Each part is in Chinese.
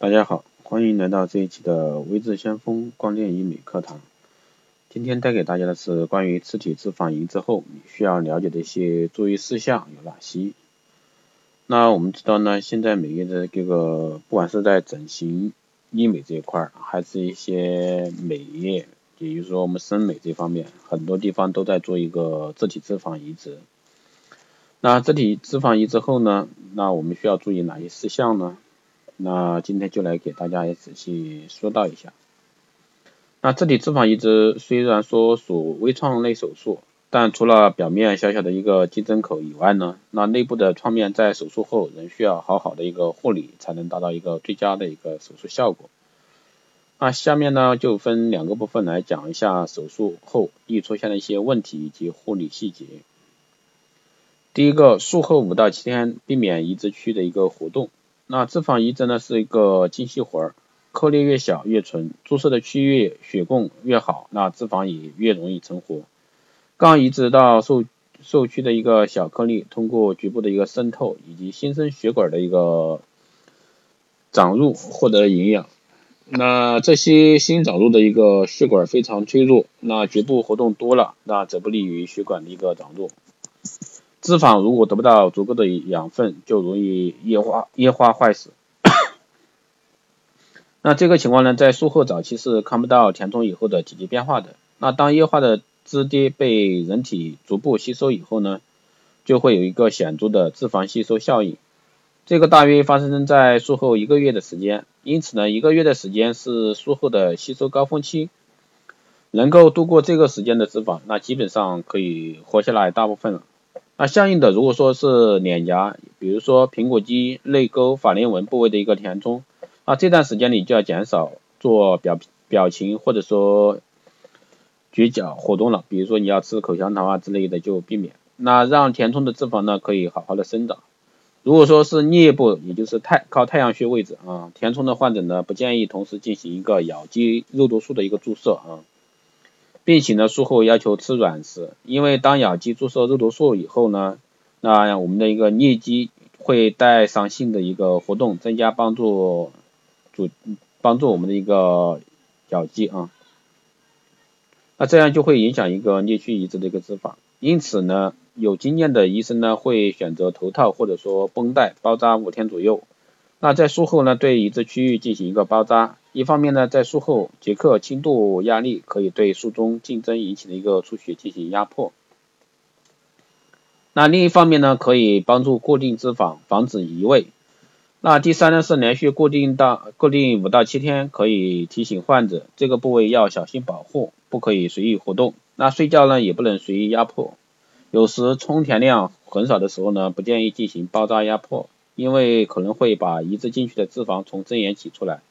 大家好，欢迎来到这一期的微智先锋光电医美课堂。今天带给大家的是关于自体脂肪移植后你需要了解的一些注意事项有哪些。那我们知道呢，现在每个的这个不管是在整形医美这一块，还是一些美业，也就是说我们审美这方面，很多地方都在做一个自体脂肪移植。那自体脂肪移植后呢，那我们需要注意哪些事项呢？那今天就来给大家也仔细说到一下。那自体脂肪移植虽然说属微创类手术，但除了表面小小的一个激增口以外呢，那内部的创面在手术后仍需要好好的一个护理，才能达到一个最佳的一个手术效果。那下面呢就分两个部分来讲一下手术后易出现的一些问题以及护理细节。第一个，术后5到7天避免移植区的一个活动。那脂肪移植呢是一个精细活，颗粒越小越纯，注射的区域血供越好，那脂肪也越容易成活。刚移植到受区的一个小颗粒，通过局部的一个渗透以及新生血管的一个长入获得营养。那这些新长入的一个血管非常脆弱，那局部活动多了，那则不利于血管的一个长入。脂肪如果得不到足够的养分，就容易液化坏死。那这个情况呢，在术后早期是看不到填充以后的积极变化的。那当液化的脂滴被人体逐步吸收以后呢，就会有一个显著的脂肪吸收效应。这个大约发生在术后1个月的时间，因此呢，1个月的时间是术后的吸收高峰期。能够度过这个时间的脂肪，那基本上可以活下来大部分了。那相应的，如果说是脸颊，比如说苹果肌、泪沟、法令纹部位的一个填充，那这段时间你就要减少做表情或者说咀嚼活动了，比如说你要吃口香糖之类的就避免。那让填充的脂肪呢可以好好的生长。如果说是颞部，也就是靠太阳穴位置填充的患者呢，不建议同时进行一个咬肌肉毒素的一个注射并且呢，术后要求吃软食，因为当咬肌注射肉毒素以后呢，那我们的一个颞肌会带上性的一个活动，增加帮助我们的一个咬肌那这样就会影响一个颞区移植的一个脂肪。因此呢，有经验的医生呢会选择头套或者说绷带包扎5天左右。那在术后呢，对移植区域进行一个包扎。一方面呢，在术后捷克轻度压力可以对术中竞争引起的一个出血进行压迫。那另一方面呢，可以帮助固定脂肪，防止移位。那第三呢是连续固定5到7天，可以提醒患者这个部位要小心保护，不可以随意活动。那睡觉呢也不能随意压迫。有时充填量很少的时候呢，不建议进行包扎压迫，因为可能会把移植进去的脂肪从针眼挤出来。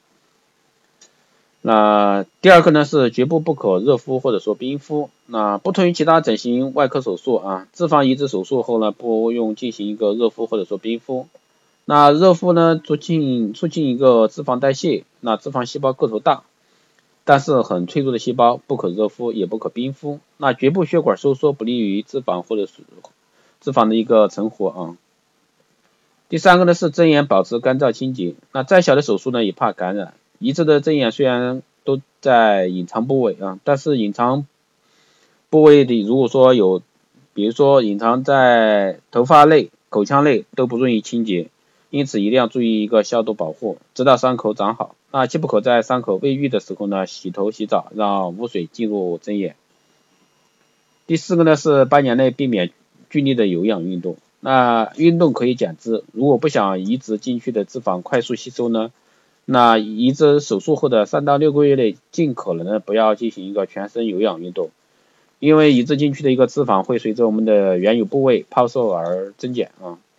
那第二个呢是绝不可热敷或者说冰敷。那不同于其他整形外科手术脂肪移植手术后呢，不用进行一个热敷或者说冰敷。那热敷呢促进一个脂肪代谢，那脂肪细胞个头大，但是很脆弱的细胞，不可热敷也不可冰敷。那局部血管收缩不利于脂肪或者是脂肪的一个成活第三个呢是针眼保持干燥清洁。那再小的手术呢也怕感染。移植的针眼虽然都在隐藏部位但是隐藏部位里如果说有，比如说隐藏在头发内、口腔内都不容易清洁，因此一定要注意一个消毒保护，直到伤口长好。那既不可在伤口未愈的时候呢洗头洗澡，让污水进入针眼。第四个呢是半年内避免剧烈的有氧运动。那运动可以减脂，如果不想移植进去的脂肪快速吸收呢，那移植手术后的3到6个月内，尽可能的不要进行一个全身有氧运动，因为移植进去的一个脂肪会随着我们的原有部位胖瘦而增减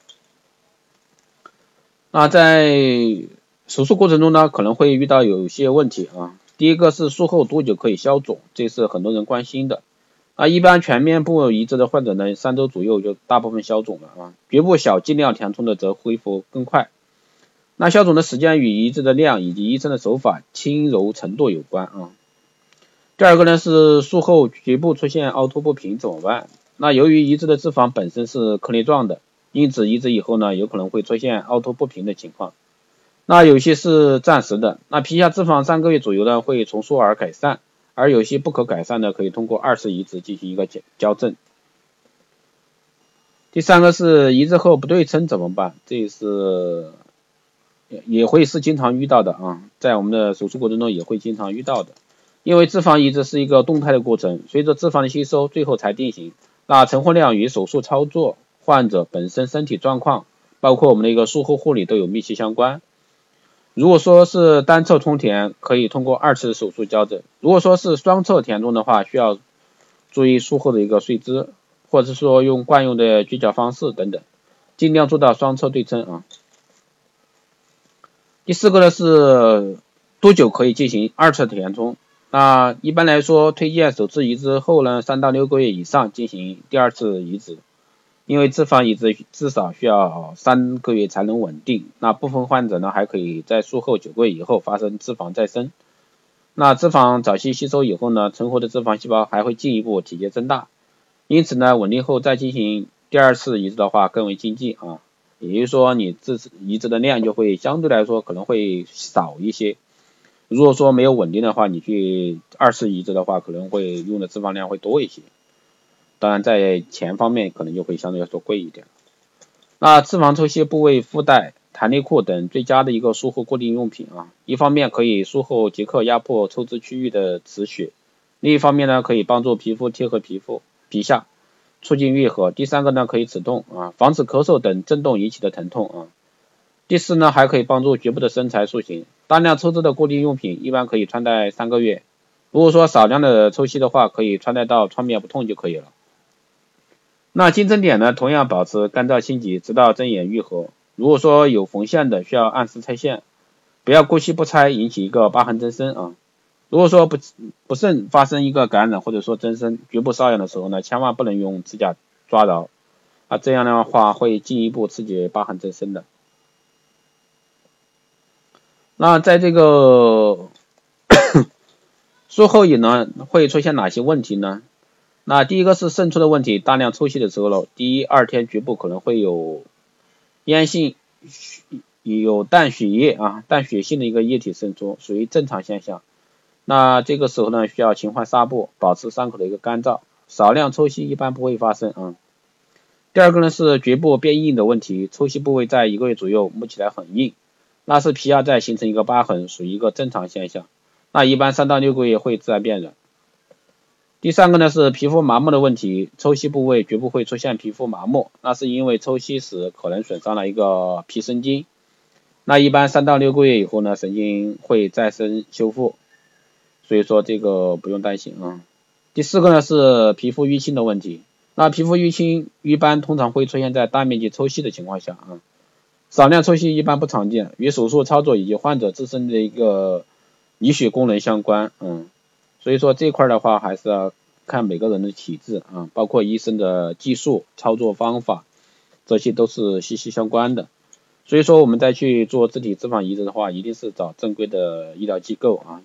那在手术过程中呢，可能会遇到有些问题第一个是术后多久可以消肿，这是很多人关心的一般全面部移植的患者呢，3周左右就大部分消肿了局部小剂量填充的则恢复更快。那消肿的时间与移植的量以及医生的手法轻柔程度有关第二个呢是术后局部出现凹凸不平怎么办？那由于移植的脂肪本身是颗粒状的，因此移植以后呢有可能会出现凹凸不平的情况。 那有些是暂时的，那皮下脂肪3个月左右呢会重塑而改善，而有些不可改善的可以通过2次移植进行一个矫正。第3个是移植后不对称怎么办？这是也会是经常遇到的啊，在我们的手术过程中也会经常遇到的。因为脂肪移植是一个动态的过程，随着脂肪的吸收，最后才定型。那成活量与手术操作、患者本身身体状况，包括我们的一个术后护理都有密切相关。如果说是单侧充填，可以通过2次手术矫正；如果说是双侧填充的话，需要注意术后的一个睡姿，或者说用惯用的举脚方式等等，尽量做到双侧对称啊。第4个呢是多久可以进行2次填充？那一般来说，推荐首次移植后呢3到6个月以上进行第2次移植，因为脂肪移植至少需要3个月才能稳定。那部分患者呢还可以在术后9个月以后发生脂肪再生。那脂肪早期吸收以后呢，存活的脂肪细胞还会进一步体积增大，因此呢稳定后再进行第2次移植的话更为经济啊，也就是说你这次移植的量就会相对来说可能会少一些。如果说没有稳定的话，你去2次移植的话，可能会用的脂肪量会多一些，当然在钱方面可能就会相对来说贵一点。那脂肪抽吸部位附带弹力裤等最佳的一个术后固定用品啊，一方面可以术后即刻压迫抽脂区域的止血，另一方面呢可以帮助皮肤贴合皮下，促进愈合。第3个呢可以止痛啊，防止咳嗽等震动引起的疼痛啊。第4呢还可以帮助局部的身材塑形。大量抽脂的固定用品一般可以穿戴3个月，如果说少量的抽吸的话，可以穿戴到创面不痛就可以了。那经针点呢同样保持干燥清洁，直到针眼愈合。如果说有缝线的，需要按时拆线，不要过期不拆，引起一个疤痕增生啊。如果说不慎发生一个感染或者说增生局部瘙痒的时候呢，千万不能用指甲抓挠啊，这样的话会进一步刺激疤痕增生的。那在这个术后瘾呢会出现哪些问题呢？那第一个是渗出的问题，大量抽吸的时候了，第1、2天局部可能会有烟性有淡血液啊，淡血性的一个液体渗出，属于正常现象。那这个时候呢需要勤换纱布，保持伤口的一个干燥，少量抽吸一般不会发生啊。第2个呢是局部变硬的问题，抽吸部位在1个月左右摸起来很硬，那是皮下在形成一个疤痕，属于一个正常现象。那一般3到6个月会自然变软。第3个呢是皮肤麻木的问题，抽吸部位局部会出现皮肤麻木，那是因为抽吸时可能损伤了一个皮神经。那一般3到6个月以后呢，神经会再生修复，所以说这个不用担心啊。第4个呢是皮肤淤青的问题，那皮肤淤青一般通常会出现在大面积抽吸的情况下啊，少量抽吸一般不常见，与手术操作以及患者自身的一个理血功能相关，所以说这块的话还是要看每个人的体质啊，包括医生的技术、操作方法，这些都是息息相关的。所以说我们再去做自体脂肪移植的话，一定是找正规的医疗机构啊，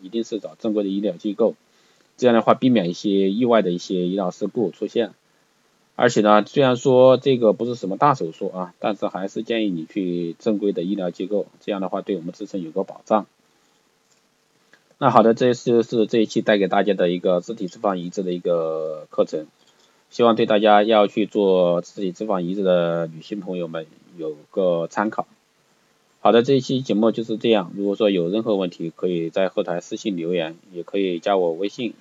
这样的话避免一些意外的一些医疗事故出现。而且呢，虽然说这个不是什么大手术啊，但是还是建议你去正规的医疗机构，这样的话对我们自身有个保障。那好的，这就是这一期带给大家的一个自体脂肪移植的一个课程，希望对大家要去做自体脂肪移植的女性朋友们有个参考。好的，这一期节目就是这样，如果说有任何问题可以在后台私信留言，也可以加我微信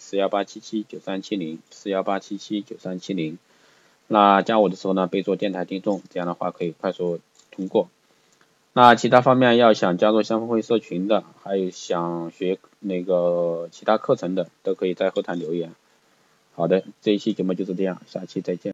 418779370，418779370，那加我的时候呢备注电台听众，这样的话可以快速通过。那其他方面要想加入香风会社群的，还有想学那个其他课程的，都可以在后台留言。好的，这一期节目就是这样，下期再见。